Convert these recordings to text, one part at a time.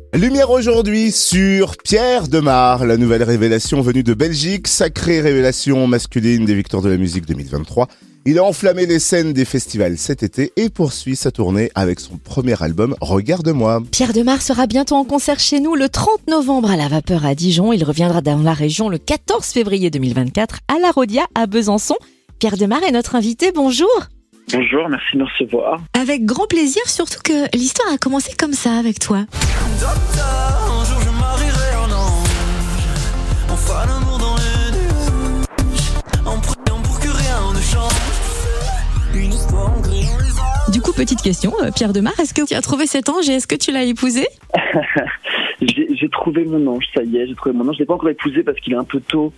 Lumière aujourd'hui sur Pierre Demar, la nouvelle révélation venue de Belgique, sacrée révélation masculine des Victoires de la musique 2023. Il a enflammé les scènes des festivals cet été et poursuit sa tournée avec son premier album Regarde-moi. Pierre Demar sera bientôt en concert chez nous le 30 novembre à la Vapeur à Dijon. Il reviendra dans la région le 14 février 2024 à la Rhodia à Besançon. Pierre Demar est notre invité, bonjour. Bonjour, merci de me recevoir. Avec grand plaisir, surtout que l'histoire a commencé comme ça avec toi. Docteur, un jour je marierai un ange. On fera l'amour dans les nuages, en priant pour que rien ne change. Une histoire en gris, on les a. Du coup, petite question, Pierre Demar, est-ce que tu as trouvé cet ange et est-ce que tu l'as épousé ? J'ai trouvé mon ange, ça y est, j'ai trouvé mon ange. Je l'ai pas encore épousé parce qu'il est un peu tôt,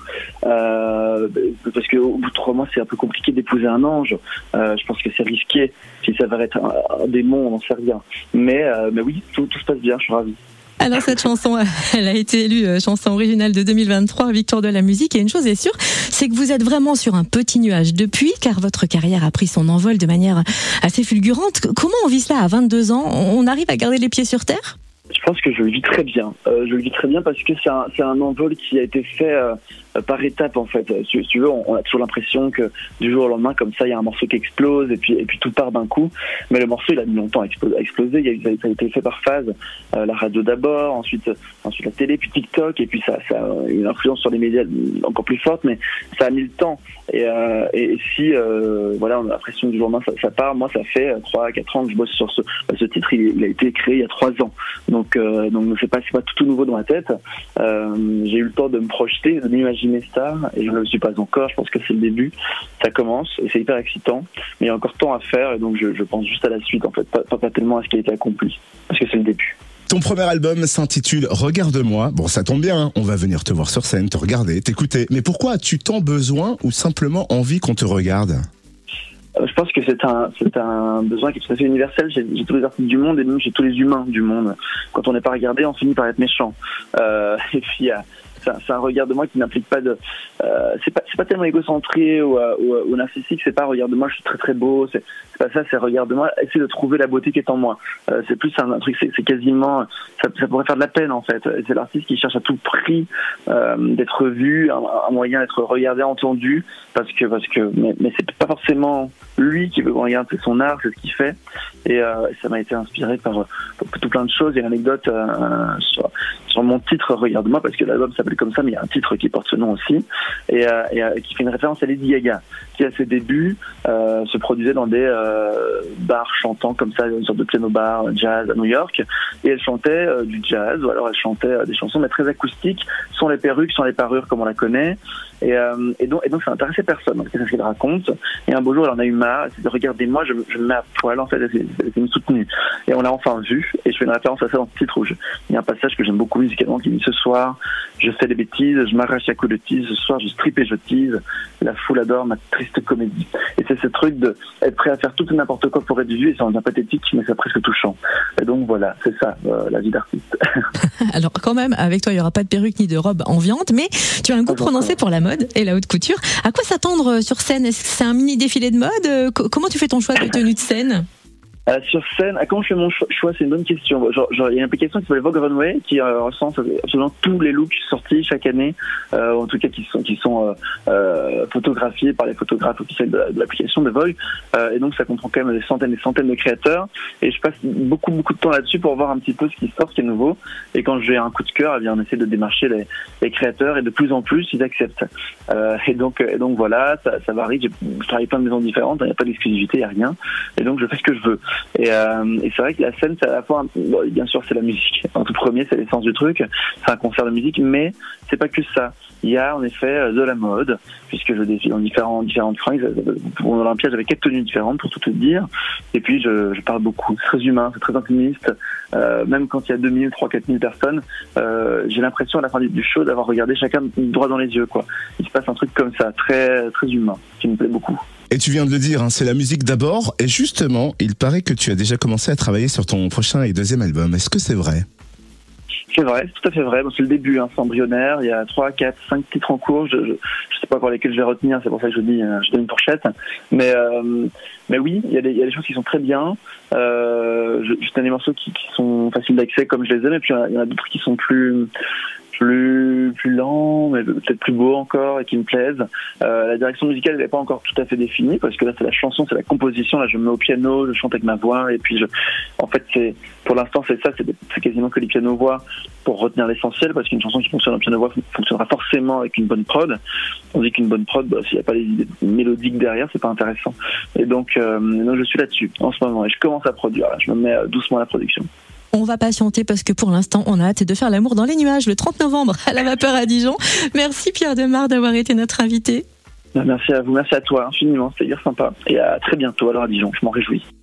parce qu'au bout de 3 mois, c'est un peu compliqué d'épouser un ange. Je pense que c'est risqué. S'il s'avère être un démon, on n'en sait rien. Mais oui, tout se passe bien, je suis ravi. Alors cette chanson, elle a été élue chanson originale de 2023, Victoire de la musique. Et une chose est sûre, c'est que vous êtes vraiment sur un petit nuage depuis, car votre carrière a pris son envol de manière assez fulgurante. Comment on vit cela à 22 ans ? On arrive à garder les pieds sur terre ? Je pense que je le vis très bien. Je le vis très bien parce que c'est un envol qui a été fait par étapes en fait. Si tu veux, on a toujours l'impression que du jour au lendemain, comme ça, il y a un morceau qui explose et puis tout part d'un coup. Mais le morceau, il a mis longtemps à exploser. Ça a été fait par phase. La radio d'abord, ensuite la télé, puis TikTok, et puis ça a une influence sur les médias encore plus forte. Mais ça a mis le temps. Et si on a l'impression que du jour au lendemain ça part. Moi, ça fait 3-4 ans que je bosse sur ce titre. Il a été créé il y a 3 ans. Donc c'est pas tout nouveau dans ma tête. J'ai eu le temps de me projeter, de m'imaginer star, et je ne le suis pas encore. Je pense que c'est le début. Ça commence et c'est hyper excitant, mais il y a encore tant à faire, et donc je pense juste à la suite en fait, pas tellement à ce qui a été accompli, parce que c'est le début. Ton premier album s'intitule Regarde-moi. Bon, ça tombe bien, hein. On va venir te voir sur scène, te regarder, t'écouter. Mais pourquoi as-tu tant besoin ou simplement envie qu'on te regarde ? Je pense que c'est un besoin qui est tout à fait universel chez tous les artistes du monde et même chez tous les humains du monde. Quand on n'est pas regardé, on finit par être méchant. Et puis c'est un regarde-moi qui n'implique pas de c'est pas tellement égocentré ou narcissique. C'est pas regarde-moi, je suis très très beau. C'est pas ça. C'est regarde-moi, essayer de trouver la beauté qui est en moi. C'est plus un truc. C'est quasiment ça pourrait faire de la peine en fait. C'est l'artiste qui cherche à tout prix d'être vu, un moyen d'être regardé, entendu, parce que mais c'est pas forcément lui qui veut qu'on regarde, c'est son art, c'est ce qu'il fait. Et ça m'a été inspiré par tout plein de choses. Il y a une anecdote sur mon titre Regarde-moi, parce que l'album s'appelle comme ça, mais il y a un titre qui porte ce nom aussi, et qui fait une référence à Lady Gaga, qui à ses débuts se produisait dans des bars chantants comme ça, une sorte de piano-bar jazz à New York, et elle chantait du jazz, ou alors elle chantait des chansons mais très acoustiques, sans les perruques, sans les parures comme on la connaît, et donc ça n'intéressait personne, donc c'est ce qu'elle raconte. Et un beau jour elle en a eu marre, elle s'est dit regardez-moi, je me mets à poil en fait, elle s'est soutenue, et on l'a enfin vue, et je fais une référence à ça dans ce titre. Il y a un passage que j'aime beaucoup musicalement qui dit: ce soir je fais des bêtises, je m'arrache à coups de tease, ce soir je strippe et je tease, la foule adore ma triste comédie. Et c'est ce truc d'être prêt à faire tout et n'importe quoi pour être vu, et ça en devient pathétique, mais c'est presque touchant. Et donc voilà, c'est ça, la vie d'artiste. Alors quand même, avec toi, il n'y aura pas de perruque ni de robe en viande, mais tu as un goût prononcé pour la mode et la haute couture. À quoi s'attendre sur scène ? Est-ce que c'est un mini défilé de mode ? Comment tu fais ton choix de tenue de scène ? Sur scène, comment je fais mon choix? C'est une bonne question. Genre, il y a une application qui s'appelle Vogue Runway qui recense absolument tous les looks sortis chaque année, en tout cas qui sont photographiés par les photographes officiels de l'application de Vogue. Et donc ça comprend quand même des centaines et des centaines de créateurs. Et je passe beaucoup de temps là-dessus pour voir un petit peu ce qui sort, ce qui est nouveau. Et quand j'ai un coup de cœur, eh bien on essaie de démarcher les créateurs, et de plus en plus ils acceptent. Et donc voilà, ça varie. Je travaille plein de maisons différentes, il n'y a pas d'exclusivité, il n'y a rien. Et donc je fais ce que je veux. Et c'est vrai que la scène, c'est à la fois, bien sûr, c'est la musique. En tout premier, c'est l'essence du truc. C'est un concert de musique, mais c'est pas que ça. Il y a en effet de la mode, puisque je défile en différentes fringues. Pour l'Olympia, j'avais 4 tenues différentes, pour tout te dire. Et puis je parle beaucoup. C'est très humain, c'est très intimiste. Même quand il y a 2000, 3, 4000 personnes, j'ai l'impression à la fin du show d'avoir regardé chacun droit dans les yeux, quoi. Il se passe un truc comme ça, très très humain, qui me plaît beaucoup. Et tu viens de le dire, hein, c'est la musique d'abord. Et justement, il paraît que tu as déjà commencé à travailler sur ton prochain et deuxième album. Est-ce que c'est vrai ? C'est vrai, c'est tout à fait vrai. Bon, c'est le début, c'est embryonnaire. Il y a 3, 4, 5 titres en cours. Je sais pas encore lesquels je vais retenir. C'est pour ça que je donne une fourchette. Mais oui, il y a des choses qui sont très bien. Juste des morceaux qui sont faciles d'accès comme je les aime. Et puis il y en a d'autres qui sont plus lents, mais peut-être plus beaux encore et qui me plaisent. La direction musicale, elle n'est pas encore tout à fait définie parce que là, c'est la chanson, c'est la composition. Là, je me mets au piano, je chante avec ma voix et puis en fait, pour l'instant, c'est quasiment que les pianos-voix pour retenir l'essentiel parce qu'une chanson qui fonctionne en piano-voix fonctionnera forcément avec une bonne prod. On dit qu'une bonne prod, s'il n'y a pas les idées mélodiques derrière, c'est pas intéressant. Et donc je suis là-dessus en ce moment et je commence à produire. Là, je me mets doucement à la production. On va patienter parce que pour l'instant, on a hâte de faire l'amour dans les nuages le 30 novembre à la Vapeur à Dijon. Merci Pierre Demar d'avoir été notre invité. Merci à vous, merci à toi infiniment, c'était hyper sympa. Et à très bientôt alors à Dijon, je m'en réjouis.